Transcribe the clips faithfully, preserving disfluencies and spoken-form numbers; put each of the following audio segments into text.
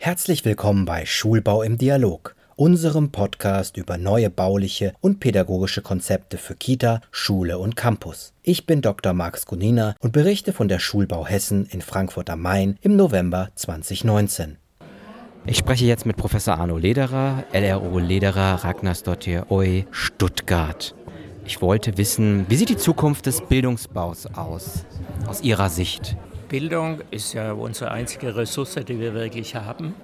Herzlich willkommen bei Schulbau im Dialog, unserem Podcast über neue bauliche und pädagogische Konzepte für Kita, Schule und Campus. Ich bin Doktor Marx Gunina und berichte von der Schulbau Hessen in Frankfurt am Main im November zweitausendneunzehn. Ich spreche jetzt mit Professor Arno Lederer, L R O Lederer, Ragnarsdottir, O E, Stuttgart. Ich wollte wissen, wie sieht die Zukunft des Bildungsbaus aus, aus Ihrer Sicht? Bildung ist ja unsere einzige Ressource, die wir wirklich haben.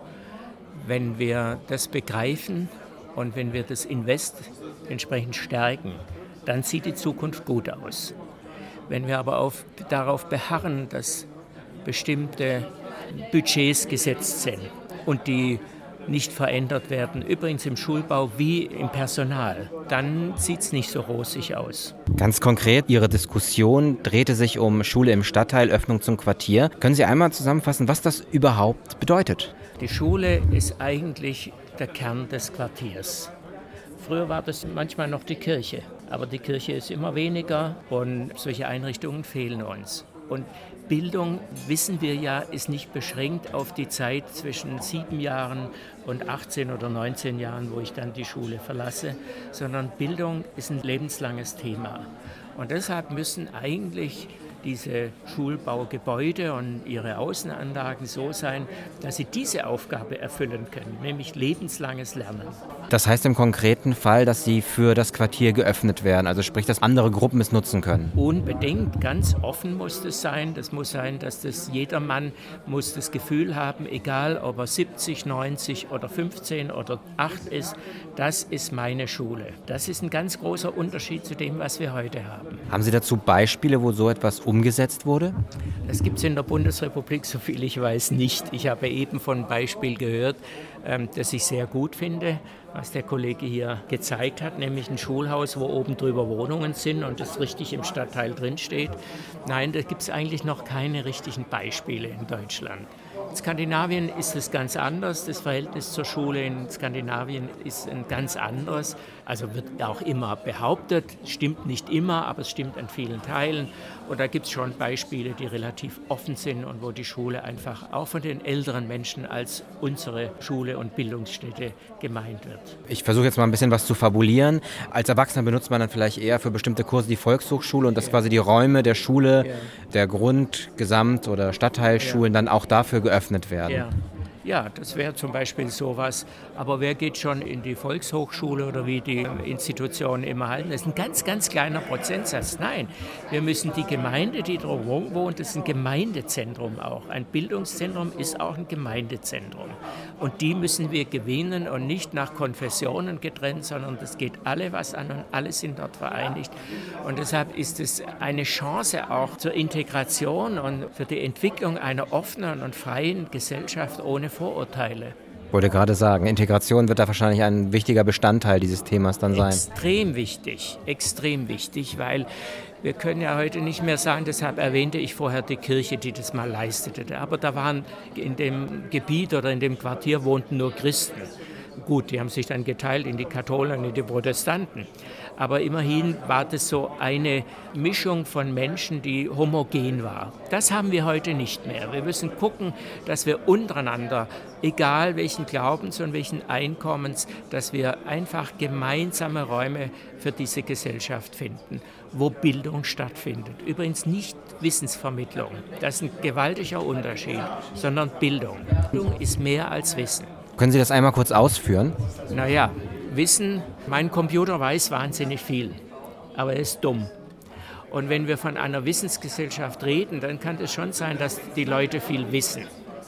Wenn wir das begreifen und wenn wir das Invest entsprechend stärken, dann sieht die Zukunft gut aus. Wenn wir aber auf, darauf beharren, dass bestimmte Budgets gesetzt sind und die nicht verändert werden, übrigens im Schulbau wie im Personal, dann sieht es nicht so rosig aus. Ganz konkret, Ihre Diskussion drehte sich um Schule im Stadtteil, Öffnung zum Quartier. Können Sie einmal zusammenfassen, was das überhaupt bedeutet? Die Schule ist eigentlich der Kern des Quartiers. Früher war das manchmal noch die Kirche, aber die Kirche ist immer weniger und solche Einrichtungen fehlen uns. Und Bildung, wissen wir ja, ist nicht beschränkt auf die Zeit zwischen sieben Jahren und achtzehn oder neunzehn Jahren, wo ich dann die Schule verlasse, sondern Bildung ist ein lebenslanges Thema. Und deshalb müssen eigentlich diese Schulbaugebäude und ihre Außenanlagen so sein, dass sie diese Aufgabe erfüllen können, nämlich lebenslanges Lernen. Das heißt im konkreten Fall, dass sie für das Quartier geöffnet werden, also sprich, dass andere Gruppen es nutzen können? Unbedingt, ganz offen muss das sein. Das muss sein, dass das jedermann muss das Gefühl haben, egal ob er siebzig, neunzig oder fünfzehn oder acht ist, das ist meine Schule. Das ist ein ganz großer Unterschied zu dem, was wir heute haben. Haben Sie dazu Beispiele, wo so etwas umgesetzt wurde? Das gibt es in der Bundesrepublik, so viel ich weiß, nicht. Ich habe eben von einem Beispiel gehört, ähm, das ich sehr gut finde, was der Kollege hier gezeigt hat, nämlich ein Schulhaus, wo oben drüber Wohnungen sind und das richtig im Stadtteil drinsteht. Nein, da gibt es eigentlich noch keine richtigen Beispiele in Deutschland. In Skandinavien ist es ganz anders. Das Verhältnis zur Schule in Skandinavien ist ein ganz anderes. Also wird auch immer behauptet, stimmt nicht immer, aber es stimmt an vielen Teilen. Und da gibt es schon Beispiele, die relativ offen sind und wo die Schule einfach auch von den älteren Menschen als unsere Schule und Bildungsstätte gemeint wird. Ich versuche jetzt mal ein bisschen was zu fabulieren. Als Erwachsener benutzt man dann vielleicht eher für bestimmte Kurse die Volkshochschule und dass ja. quasi die Räume der Schule, ja. der Grund-, Gesamt- oder Stadtteilschulen ja. dann auch dafür geöffnet werden. Ja. Ja, das wäre zum Beispiel sowas. Aber wer geht schon in die Volkshochschule oder wie die Institutionen immer halten? Das ist ein ganz, ganz kleiner Prozentsatz. Nein, wir müssen die Gemeinde, die drumherum wohnt, das ist ein Gemeindezentrum auch. Ein Bildungszentrum ist auch ein Gemeindezentrum. Und die müssen wir gewinnen und nicht nach Konfessionen getrennt, sondern das geht alle was an und alle sind dort vereinigt. Und deshalb ist es eine Chance auch zur Integration und für die Entwicklung einer offenen und freien Gesellschaft ohne Vorurteile. Ich wollte gerade sagen, Integration wird da wahrscheinlich ein wichtiger Bestandteil dieses Themas dann sein. Extrem wichtig, extrem wichtig, weil wir können ja heute nicht mehr sagen, deshalb erwähnte ich vorher die Kirche, die das mal leistete. Aber da waren in dem Gebiet oder in dem Quartier wohnten nur Christen. Gut, die haben sich dann geteilt in die Katholen und in die Protestanten. Aber immerhin war das so eine Mischung von Menschen, die homogen war. Das haben wir heute nicht mehr. Wir müssen gucken, dass wir untereinander, egal welchen Glaubens und welchen Einkommens, dass wir einfach gemeinsame Räume für diese Gesellschaft finden, wo Bildung stattfindet. Übrigens nicht Wissensvermittlung, das ist ein gewaltiger Unterschied, sondern Bildung. Bildung ist mehr als Wissen. Können Sie das einmal kurz ausführen? Naja, Wissen, mein Computer weiß wahnsinnig viel, aber er ist dumm. Und wenn wir von einer Wissensgesellschaft reden, dann kann es schon sein, dass die Leute viel wissen.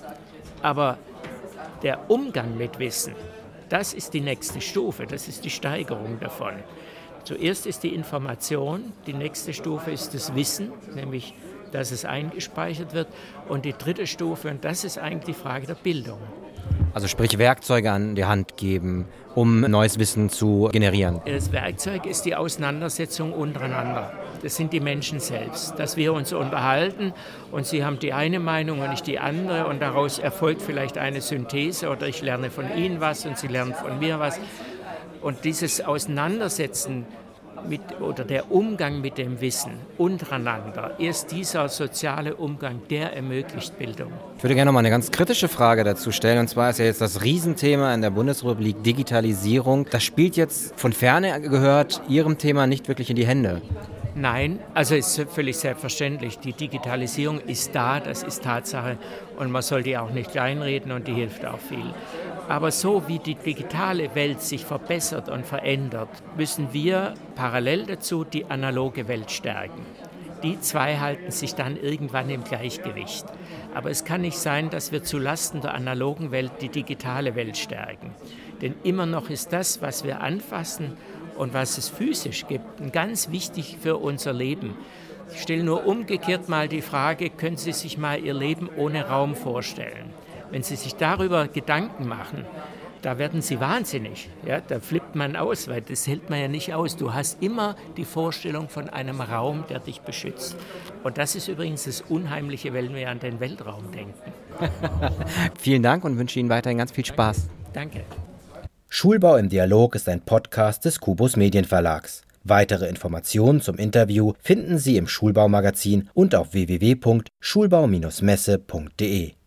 Aber der Umgang mit Wissen, das ist die nächste Stufe, das ist die Steigerung davon. Zuerst ist die Information, die nächste Stufe ist das Wissen, nämlich dass es eingespeichert wird. Und die dritte Stufe, und das ist eigentlich die Frage der Bildung. Also sprich Werkzeuge an die Hand geben, um neues Wissen zu generieren. Das Werkzeug ist die Auseinandersetzung untereinander. Das sind die Menschen selbst. Dass wir uns unterhalten und sie haben die eine Meinung und ich die andere und daraus erfolgt vielleicht eine Synthese oder ich lerne von ihnen was und sie lernen von mir was. Und dieses Auseinandersetzen mit, oder der Umgang mit dem Wissen untereinander, erst dieser soziale Umgang, der ermöglicht Bildung. Ich würde gerne noch mal eine ganz kritische Frage dazu stellen. Und zwar ist ja jetzt das Riesenthema in der Bundesrepublik Digitalisierung. Das spielt jetzt von Ferne gehört Ihrem Thema nicht wirklich in die Hände. Nein, also ist völlig selbstverständlich. Die Digitalisierung ist da, das ist Tatsache und man soll die auch nicht kleinreden und die hilft auch viel. Aber so wie die digitale Welt sich verbessert und verändert, müssen wir parallel dazu die analoge Welt stärken. Die zwei halten sich dann irgendwann im Gleichgewicht. Aber es kann nicht sein, dass wir zulasten der analogen Welt die digitale Welt stärken. Denn immer noch ist das, was wir anfassen und was es physisch gibt, ganz wichtig für unser Leben. Ich stelle nur umgekehrt mal die Frage, können Sie sich mal Ihr Leben ohne Raum vorstellen? Wenn Sie sich darüber Gedanken machen, da werden Sie wahnsinnig. Ja, da flippt man aus, weil das hält man ja nicht aus. Du hast immer die Vorstellung von einem Raum, der dich beschützt. Und das ist übrigens das Unheimliche, wenn wir an den Weltraum denken. Vielen Dank und wünsche Ihnen weiterhin ganz viel Spaß. Danke. Schulbau im Dialog ist ein Podcast des Kubus Medienverlags. Weitere Informationen zum Interview finden Sie im Schulbaumagazin und auf w w w punkt schulbau Bindestrich messe punkt de.